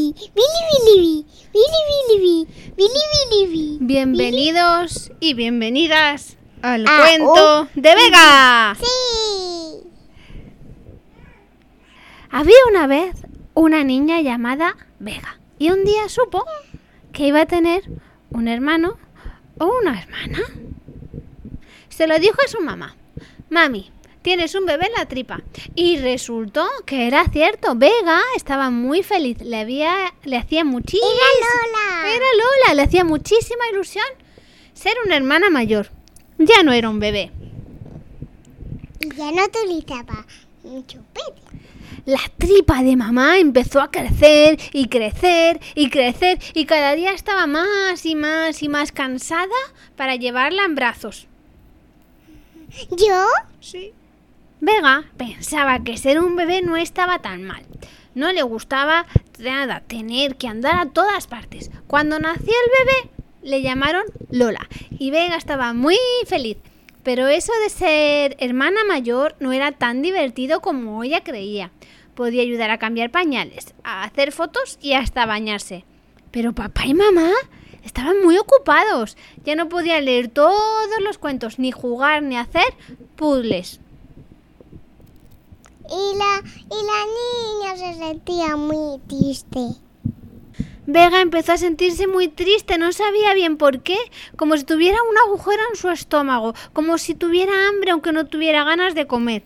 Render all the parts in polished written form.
Bienvenidos y bienvenidas al cuento de Vega. ¡Sí! Había una vez una niña llamada Vega y un día supo que iba a tener un hermano o una hermana. Se lo dijo a su mamá: Mami, tienes un bebé en la tripa. Y resultó que era cierto. Vega estaba muy feliz. Le hacía muchísima... Era Lola. Le hacía muchísima ilusión ser una hermana mayor. Ya no era un bebé. Y ya no utilizaba un chupete. La tripa de mamá empezó a crecer y crecer y crecer, y cada día estaba más y más y más cansada para llevarla en brazos. ¿Yo? Sí. Vega pensaba que ser un bebé no estaba tan mal. No le gustaba nada tener que andar a todas partes. Cuando nació el bebé, le llamaron Lola y Vega estaba muy feliz. Pero eso de ser hermana mayor no era tan divertido como ella creía. Podía ayudar a cambiar pañales, a hacer fotos y hasta bañarse. Pero papá y mamá estaban muy ocupados. Ya no podían leer todos los cuentos, ni jugar, ni hacer puzzles. Y la niña se sentía muy triste. Vega empezó a sentirse muy triste, no sabía bien por qué, como si tuviera un agujero en su estómago, como si tuviera hambre aunque no tuviera ganas de comer.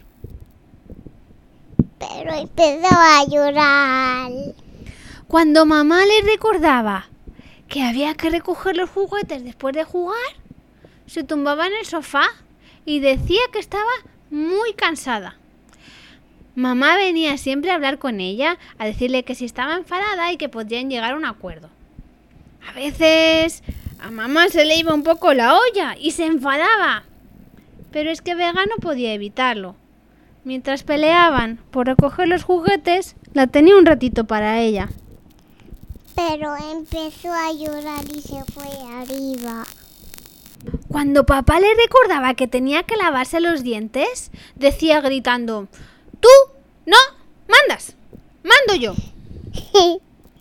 Pero empezó a llorar. Cuando mamá le recordaba que había que recoger los juguetes después de jugar, se tumbaba en el sofá y decía que estaba muy cansada. Mamá venía siempre a hablar con ella, a decirle que si estaba enfadada y que podrían llegar a un acuerdo. A veces a mamá se le iba un poco la olla y se enfadaba. Pero es que Vega no podía evitarlo. Mientras peleaban por recoger los juguetes, la tenía un ratito para ella. Pero empezó a llorar y se fue arriba. Cuando papá le recordaba que tenía que lavarse los dientes, decía gritando: ¡Tú no mandas! ¡Mando yo! ¡Tú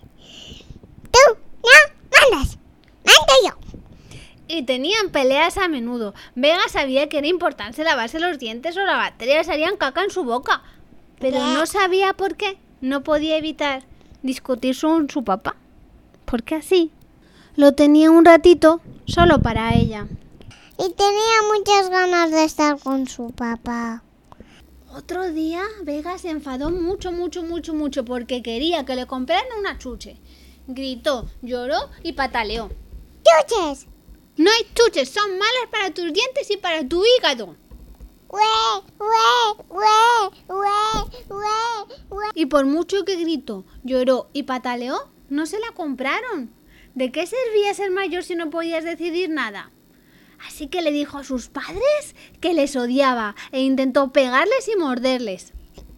no mandas! ¡Mando yo! Y tenían peleas a menudo. Vega sabía que era importante lavarse los dientes o las bacterias harían caca en su boca. Pero no sabía por qué. No podía evitar discutir con su papá. Porque así lo tenía un ratito solo para ella. Y tenía muchas ganas de estar con su papá. Otro día Vega se enfadó mucho porque quería que le compraran una chuche. Gritó, lloró y pataleó. ¡Chuches! No hay chuches, son malas para tus dientes y para tu hígado. Y por mucho que gritó, lloró y pataleó, no se la compraron. ¿De qué servía ser mayor si no podías decidir nada? Así que le dijo a sus padres que les odiaba e intentó pegarles y morderles.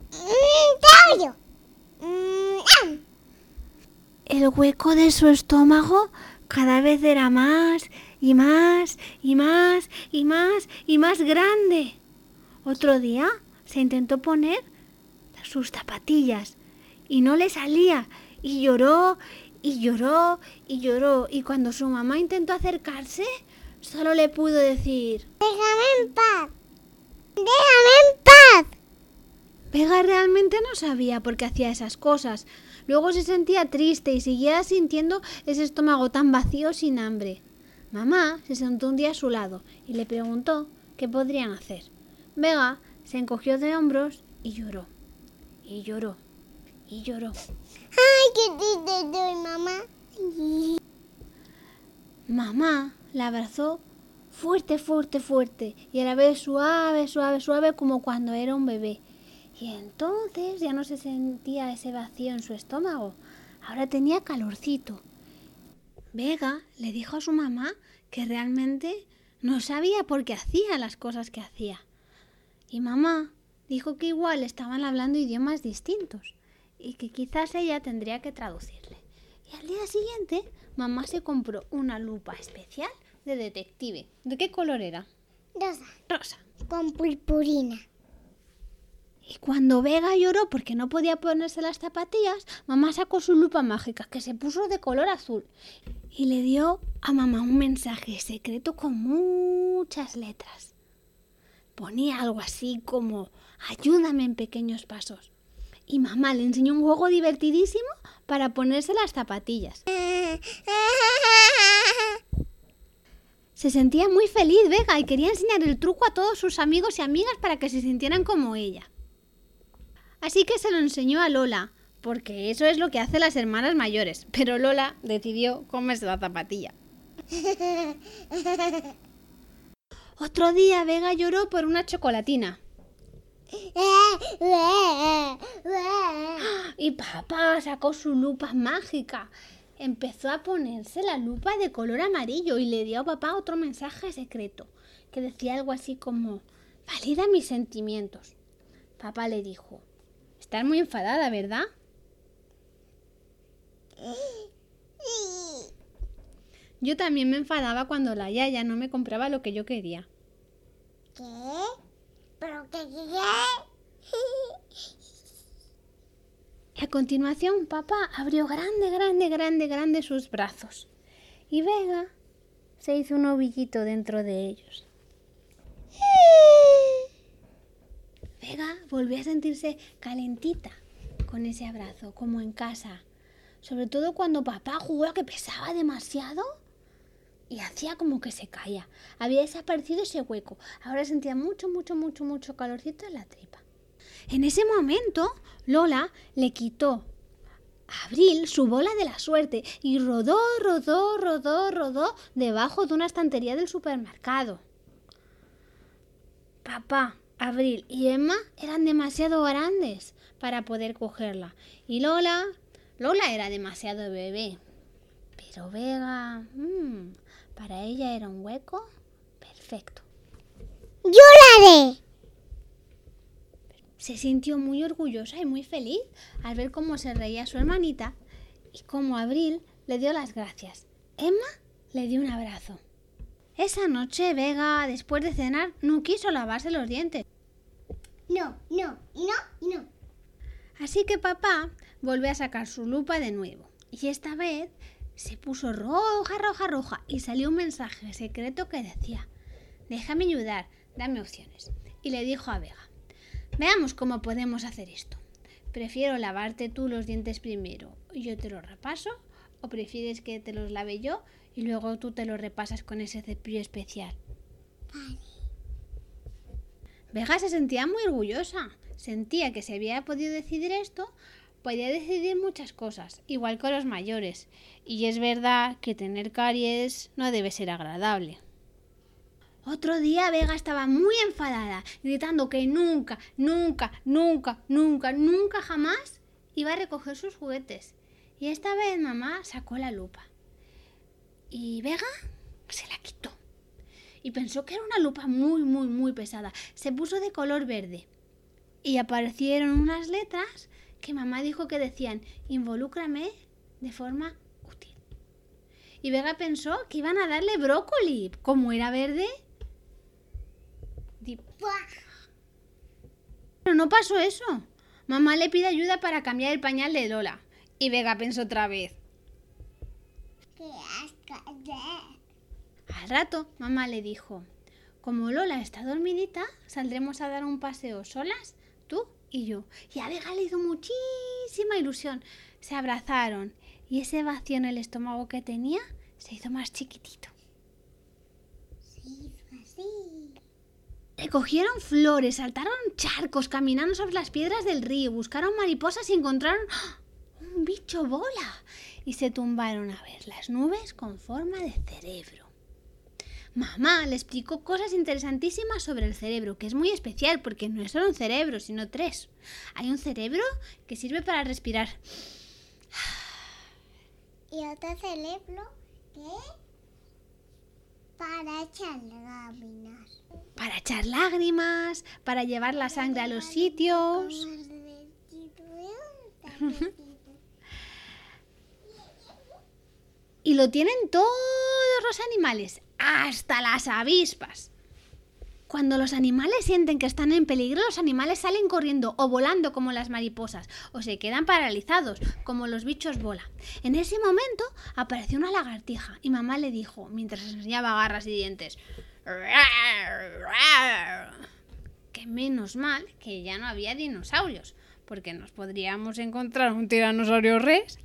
El hueco de su estómago cada vez era más y más y más y más y más grande. Otro día se intentó poner sus zapatillas y no le salía y lloró y lloró y lloró, y cuando su mamá intentó acercarse solo le pudo decir: ¡Déjame en paz! ¡Déjame en paz! Vega realmente no sabía por qué hacía esas cosas. Luego se sentía triste y seguía sintiendo ese estómago tan vacío sin hambre. Mamá se sentó un día a su lado y le preguntó qué podrían hacer. Vega se encogió de hombros y lloró. Y lloró. Y lloró. ¡Ay, qué triste estoy, mamá! Mamá la abrazó fuerte y a la vez suave como cuando era un bebé. Y entonces ya no se sentía ese vacío en su estómago. Ahora tenía calorcito. Vega le dijo a su mamá que realmente no sabía por qué hacía las cosas que hacía. Y mamá dijo que igual estaban hablando idiomas distintos y que quizás ella tendría que traducirle. Y al día siguiente, mamá se compró una lupa especial de detective. ¿De qué color era? Rosa. Rosa. Con purpurina. Y cuando Vega lloró porque no podía ponerse las zapatillas, mamá sacó su lupa mágica, que se puso de color azul, y le dio a mamá un mensaje secreto con muchas letras. Ponía algo así como ayúdame en pequeños pasos. Y mamá le enseñó un juego divertidísimo para ponerse las zapatillas. Se sentía muy feliz Vega y quería enseñar el truco a todos sus amigos y amigas para que se sintieran como ella. Así que se lo enseñó a Lola, porque eso es lo que hacen las hermanas mayores. Pero Lola decidió comerse la zapatilla. Otro día Vega lloró por una chocolatina. Y papá sacó su lupa mágica. Empezó a ponerse la lupa de color amarillo y le dio a papá otro mensaje secreto, que decía algo así como, valida mis sentimientos. Papá le dijo, estás muy enfadada, ¿verdad? Yo también me enfadaba cuando la Yaya no me compraba lo que yo quería. ¿Qué? ¿Pero qué? A continuación, papá abrió grande sus brazos y Vega se hizo un ovillito dentro de ellos. Vega volvió a sentirse calentita con ese abrazo, como en casa, sobre todo cuando papá jugó a que pesaba demasiado y hacía como que se caía. Había desaparecido ese hueco, ahora sentía mucho calorcito en la tripa. En ese momento, Lola le quitó a Abril su bola de la suerte y rodó debajo de una estantería del supermercado. Papá, Abril y Emma eran demasiado grandes para poder cogerla y Lola era demasiado bebé. Pero Vega, para ella era un hueco perfecto. ¡Lloraré! Se sintió muy orgullosa y muy feliz al ver cómo se reía su hermanita y cómo Abril le dio las gracias. Emma le dio un abrazo. Esa noche Vega, después de cenar, no quiso lavarse los dientes. No. Así que papá volvió a sacar su lupa de nuevo. Y esta vez se puso roja y salió un mensaje secreto que decía, déjame ayudar, dame opciones. Y le dijo a Vega, veamos cómo podemos hacer esto. ¿Prefiero lavarte tú los dientes primero y yo te los repaso? ¿O prefieres que te los lave yo y luego tú te los repasas con ese cepillo especial? Vale. Vega se sentía muy orgullosa. Sentía que si había podido decidir esto, podía decidir muchas cosas, igual que los mayores. Y es verdad que tener caries no debe ser agradable. Otro día Vega estaba muy enfadada, gritando que nunca jamás iba a recoger sus juguetes. Y esta vez mamá sacó la lupa. Y Vega se la quitó. Y pensó que era una lupa muy pesada. Se puso de color verde. Y aparecieron unas letras que mamá dijo que decían, involúcrame de forma útil. Y Vega pensó que iban a darle brócoli. Como era verde... Pero no pasó eso. Mamá le pide ayuda para cambiar el pañal de Lola. Y Vega pensó otra vez. ¡Qué asco! Al rato, mamá le dijo, como Lola está dormidita, saldremos a dar un paseo solas, tú y yo. Y a Vega le hizo muchísima ilusión. Se abrazaron y ese vacío en el estómago que tenía se hizo más chiquitito. Se hizo así. Recogieron flores, saltaron charcos, caminaron sobre las piedras del río, buscaron mariposas y encontraron un bicho bola. Y se tumbaron a ver las nubes con forma de cerebro. Mamá le explicó cosas interesantísimas sobre el cerebro, que es muy especial porque no es solo un cerebro, sino 3. Hay un cerebro que sirve para respirar. Y otro cerebro que para echar lágrimas. Para echar lágrimas, para llevar la sangre a los sitios. Y lo tienen todos los animales, hasta las avispas. Cuando los animales sienten que están en peligro, los animales salen corriendo o volando como las mariposas, o se quedan paralizados como los bichos bola. En ese momento apareció una lagartija y mamá le dijo, mientras enseñaba garras y dientes, que menos mal que ya no había dinosaurios, porque nos podríamos encontrar un tiranosaurio rex.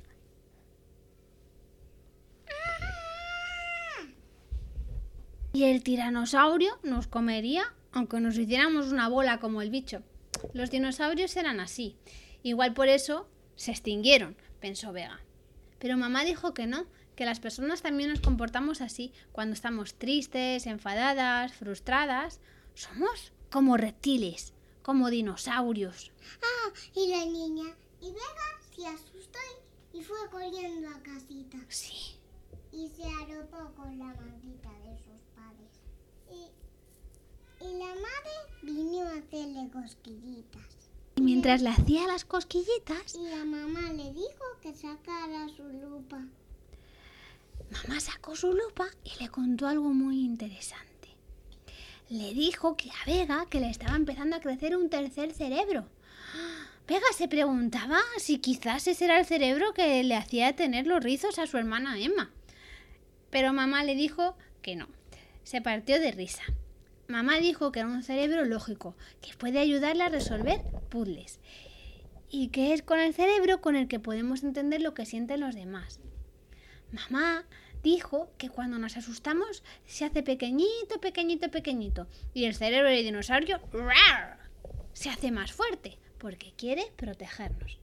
Y el tiranosaurio nos comería aunque nos hiciéramos una bola como el bicho. Los dinosaurios eran así. Igual por eso se extinguieron, pensó Vega. Pero mamá dijo que no, que las personas también nos comportamos así cuando estamos tristes, enfadadas, frustradas. Somos como reptiles, como dinosaurios. Y la niña. Y Vega se asustó y fue corriendo a casita. Sí. Y se arropó con la manguita de sus padres. Y la madre vino a hacerle cosquillitas. Y mientras le hacía las cosquillitas, y la mamá le dijo que sacara su lupa. Mamá sacó su lupa y le contó algo muy interesante. Le dijo que a Vega que le estaba empezando a crecer un tercer cerebro. Vega se preguntaba si quizás ese era el cerebro que le hacía tener los rizos a su hermana Emma. Pero mamá le dijo que no. Se partió de risa. Mamá dijo que era un cerebro lógico, que puede ayudarle a resolver puzzles. Y que es con el cerebro con el que podemos entender lo que sienten los demás. Mamá dijo que cuando nos asustamos se hace pequeñito, pequeñito, pequeñito. Y el cerebro del dinosaurio se hace más fuerte, porque quiere protegernos.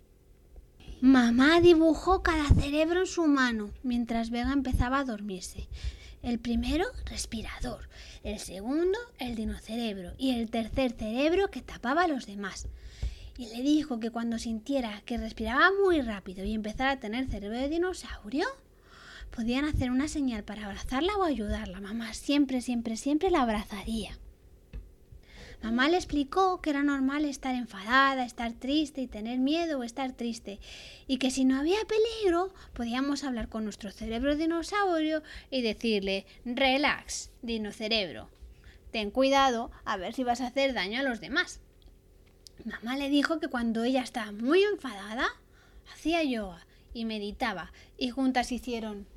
Mamá dibujó cada cerebro en su mano, mientras Vega empezaba a dormirse. El primero, respirador. El segundo, el dinocerebro. Y el tercer cerebro que tapaba a los demás. Y le dijo que cuando sintiera que respiraba muy rápido y empezara a tener cerebro de dinosaurio, podían hacer una señal para abrazarla o ayudarla. Mamá siempre, siempre, siempre la abrazaría. Mamá le explicó que era normal estar enfadada, estar triste y tener miedo o estar triste. Y que si no había peligro, podíamos hablar con nuestro cerebro dinosaurio y decirle, relax, dinocerebro. Ten cuidado a ver si vas a hacer daño a los demás. Mamá le dijo que cuando ella estaba muy enfadada, hacía yoga y meditaba. Y juntas hicieron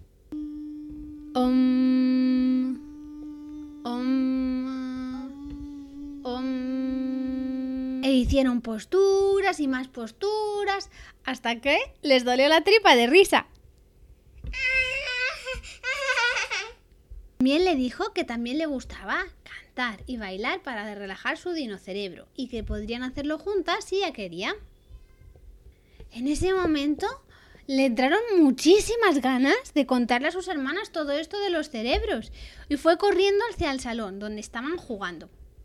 e hicieron posturas y más posturas hasta que les dolió la tripa de risa. También le dijo que también le gustaba cantar y bailar para relajar su dinocerebro y que podrían hacerlo juntas si ella quería. En ese momento le entraron muchísimas ganas de contarle a sus hermanas todo esto de los cerebros y fue corriendo hacia el salón donde estaban jugando.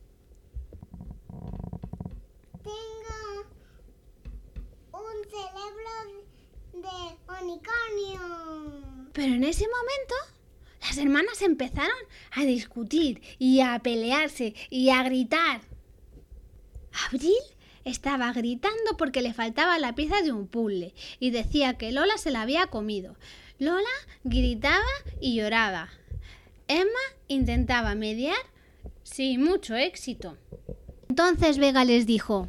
Tengo un cerebro de unicornio. Pero en ese momento las hermanas empezaron a discutir y a pelearse y a gritar. Abril estaba gritando porque le faltaba la pieza de un puzzle y decía que Lola se la había comido. Lola gritaba y lloraba. Emma intentaba mediar sin mucho éxito. Entonces Vega les dijo: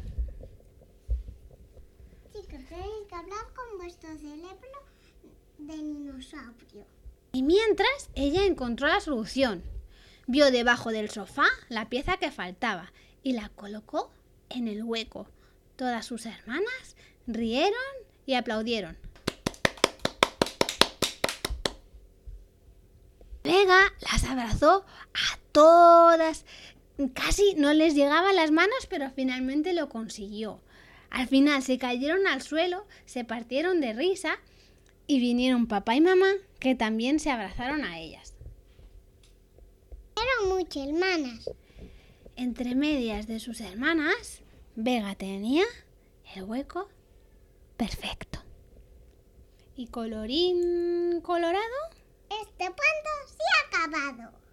Chicos, tenéis que hablar con vuestro cerebro de dinosaurio. Y mientras ella encontró la solución. Vio debajo del sofá la pieza que faltaba y la colocó en el hueco. Todas sus hermanas rieron y aplaudieron. Vega las abrazó a todas. Casi no les llegaban las manos, pero finalmente lo consiguió. Al final se cayeron al suelo, se partieron de risa y vinieron papá y mamá, que también se abrazaron a ellas. Eran muchas hermanas. Entre medias de sus hermanas, Vega tenía el hueco perfecto. Y colorín colorado, Este cuento se ha acabado.